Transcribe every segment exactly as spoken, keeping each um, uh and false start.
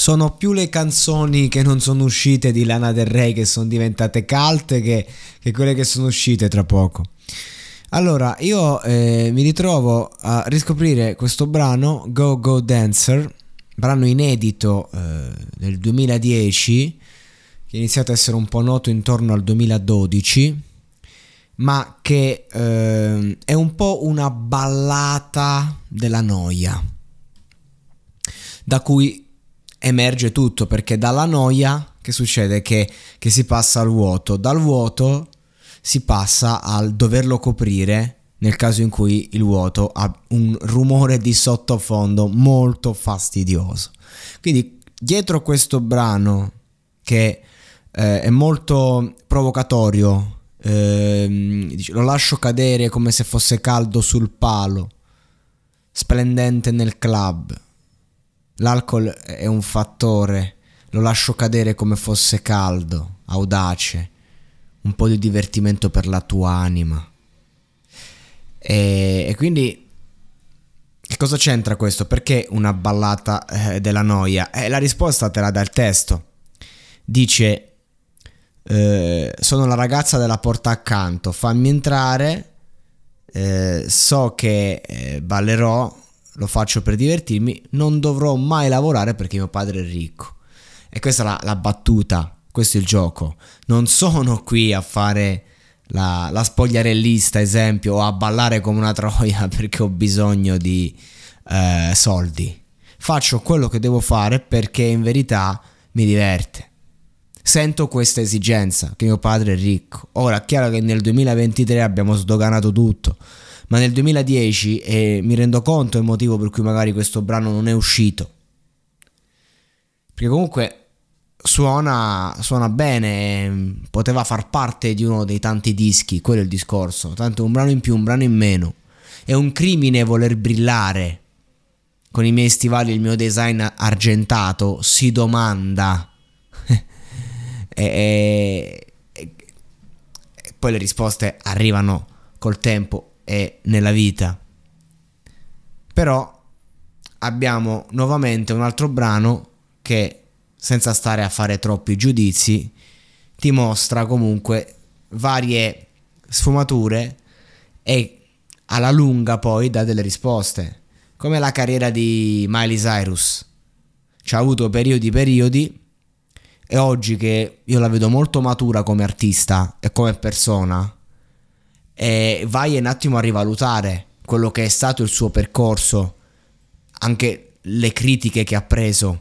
sono più le canzoni che non sono uscite di Lana Del Rey che sono diventate cult che, che quelle che sono uscite tra poco. Allora io eh, mi ritrovo a riscoprire questo brano Go Go Dancer, brano inedito eh, del duemiladieci, che è iniziato a essere un po' noto intorno al duemiladodici, ma che eh, è un po' una ballata della noia, da cui emerge tutto, perché dalla noia che succede? Che, che si passa al vuoto, dal vuoto si passa al doverlo coprire nel caso in cui il vuoto ha un rumore di sottofondo molto fastidioso. Quindi dietro questo brano che eh, è molto provocatorio, eh, lo lascio cadere come se fosse caldo sul palo, splendente nel club, l'alcol è un fattore, lo lascio cadere come fosse caldo, audace, un po' di divertimento per la tua anima. E, e quindi che cosa c'entra questo? Perché una ballata eh, della noia? Eh, la risposta te la dà il testo. Dice eh, sono la ragazza della porta accanto, fammi entrare, eh, so che eh, ballerò, lo faccio per divertirmi, non dovrò mai lavorare perché mio padre è ricco. E questa è la, la battuta, questo è il gioco. Non sono qui a fare la, la spogliarellista, esempio, o a ballare come una troia perché ho bisogno di eh, soldi. Faccio quello che devo fare perché in verità mi diverte. Sento questa esigenza, che mio padre è ricco. Ora, è chiaro che nel duemilaventitré abbiamo sdoganato tutto, ma nel duemiladieci eh, mi rendo conto il motivo per cui magari questo brano non è uscito, perché comunque suona, suona bene, poteva far parte di uno dei tanti dischi, quello è il discorso. Tanto un brano in più, un brano in meno. È un crimine voler brillare con i miei stivali e il mio design argentato, si domanda. e, e, e, e poi le risposte arrivano col tempo e nella vita. Però abbiamo nuovamente un altro brano che, senza stare a fare troppi giudizi, ti mostra comunque varie sfumature e alla lunga poi dà delle risposte, come la carriera di Miley Cyrus. C'ha avuto periodi periodi e oggi che io la vedo molto matura come artista e come persona, e vai un attimo a rivalutare quello che è stato il suo percorso, anche le critiche che ha preso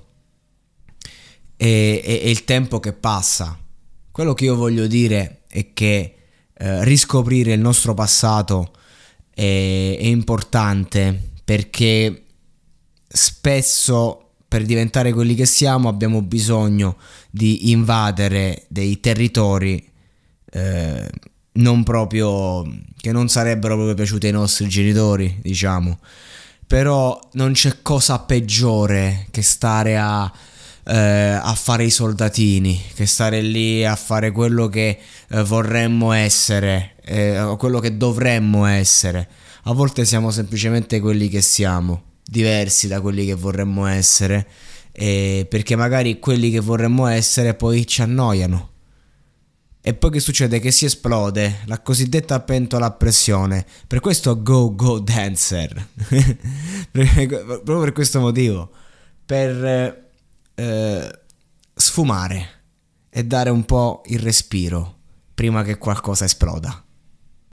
e, e, e il tempo che passa. Quello che io voglio dire è che eh, riscoprire il nostro passato è, è importante, perché spesso per diventare quelli che siamo abbiamo bisogno di invadere dei territori eh, non proprio, che non sarebbero proprio piaciuti ai nostri genitori, diciamo. Però non c'è cosa peggiore che stare a, eh, a fare i soldatini, che stare lì a fare quello che eh, vorremmo essere, eh, o quello che dovremmo essere. A volte siamo semplicemente quelli che siamo, diversi da quelli che vorremmo essere, eh, perché magari quelli che vorremmo essere poi ci annoiano. E poi che succede? Che si esplode la cosiddetta pentola a pressione. Per questo Go Go Dancer. Proprio per questo motivo. Per eh, sfumare e dare un po' il respiro prima che qualcosa esploda.